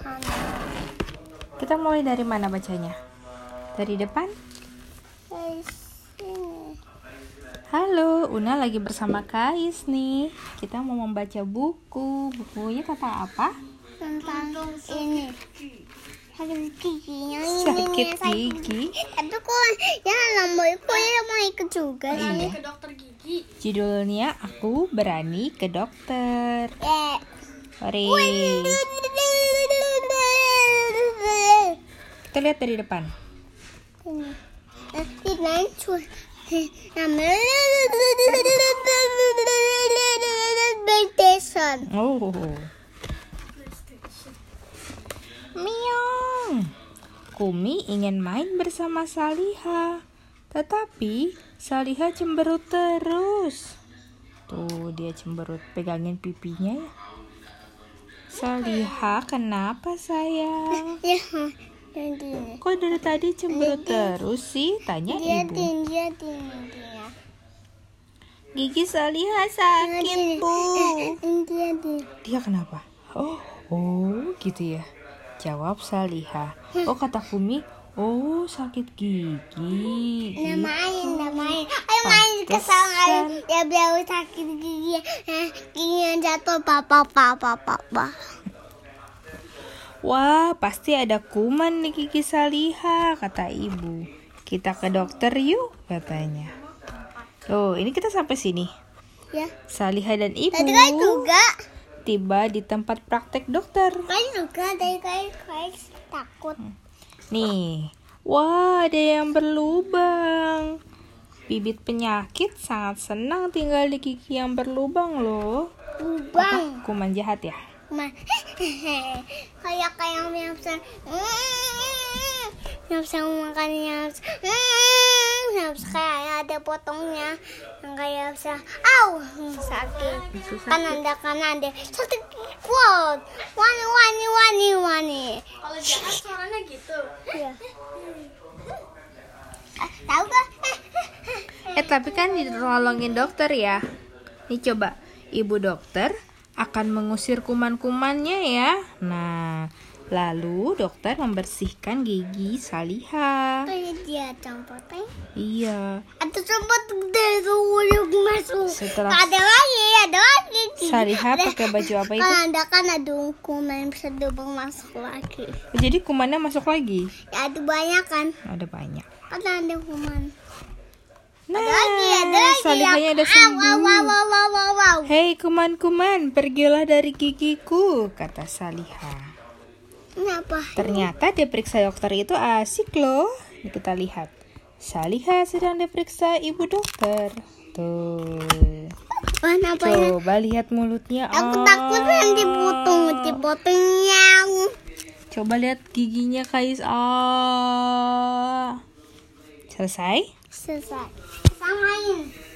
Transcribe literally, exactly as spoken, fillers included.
Kita mulai dari mana bacanya? Dari depan? Halo, Una lagi bersama Kais nih. Kita mau membaca buku. Bukunya tentang apa? Tentang ini. Sakit gigi. Sakit gigi. Tapi kok ya lama kok ya mau ikut juga Iya. ke dokter gigi. Judulnya Aku Berani ke Dokter. Eh. Hore. Kita lihat dari depan. Ini. Ini cuy. PlayStation. Oh. Miong. Kumi ingin main bersama Saliha, tetapi Saliha cemberut terus. Tuh dia cemberut, pegangin pipinya ya. Saliha, kenapa sayang? Ya, jadi. Kok dari tadi cemberut terus sih? Tanya Dia ibu. dia dia. Gigi Saliha sakit, Bu. Dia dia. Dia kenapa? Oh, oh gitu ya. Jawab Saliha. Oh kata Kumi, oh sakit gigi. Nah main, nah main. Ayo main ke sana. Ya biar sakit gigi. Eh, gigi yang jatuh papa papa papa. Wah, pasti ada kuman di gigi Saliha, kata ibu. Kita ke dokter yuk, katanya. Oh, ini kita sampai sini. Ya. Saliha dan ibu Tadi kan juga. tiba di tempat praktek dokter. Kan juga dari kayak kayak takut. Nih, wah ada yang berlubang. Bibit penyakit sangat senang tinggal di gigi yang berlubang loh. Lubang. Apa? Kuman jahat ya? Ma, kayak kayak yang bisa, yang bisa makan yang, yang bisa kayak ada potongnya, yang kayak bisa, au sakit, kan ada kan ada sakit kuat, wani wani wani wani. Kalau jahat suaranya gitu. Ya. Tahu gak? Eh tapi kan ditolongin dokter ya. Nih coba, ibu dokter akan mengusir kuman-kumannya ya. Nah, lalu dokter membersihkan gigi Saliha. Kayak dia campurnya. Iya. Ada sempat dari udah masuk. Setelah Ada lagi, ada lagi. Saliha pakai baju apa itu? Kan ada kan ada kuman bisa lubang masuk lagi. Jadi kumannya masuk lagi. Ya, ada banyak kan? Ada banyak. Kan ada kuman. Nah, Ada lagi, ada lagi. Salihanya yang- udah Au, sembuh. au, au, au, au, au, au. Hei kuman-kuman, pergilah dari gigiku, kata Saliha. Kenapa? Ternyata diperiksa dokter itu asik loh. Ini kita lihat. Saliha sedang diperiksa ibu dokter. Tuh. Kenapa ya? Coba lihat mulutnya. Aku Ah. takut nanti potong, dipotongnya. Coba lihat giginya Kais. Ah. Selesai? Selesai. Samain.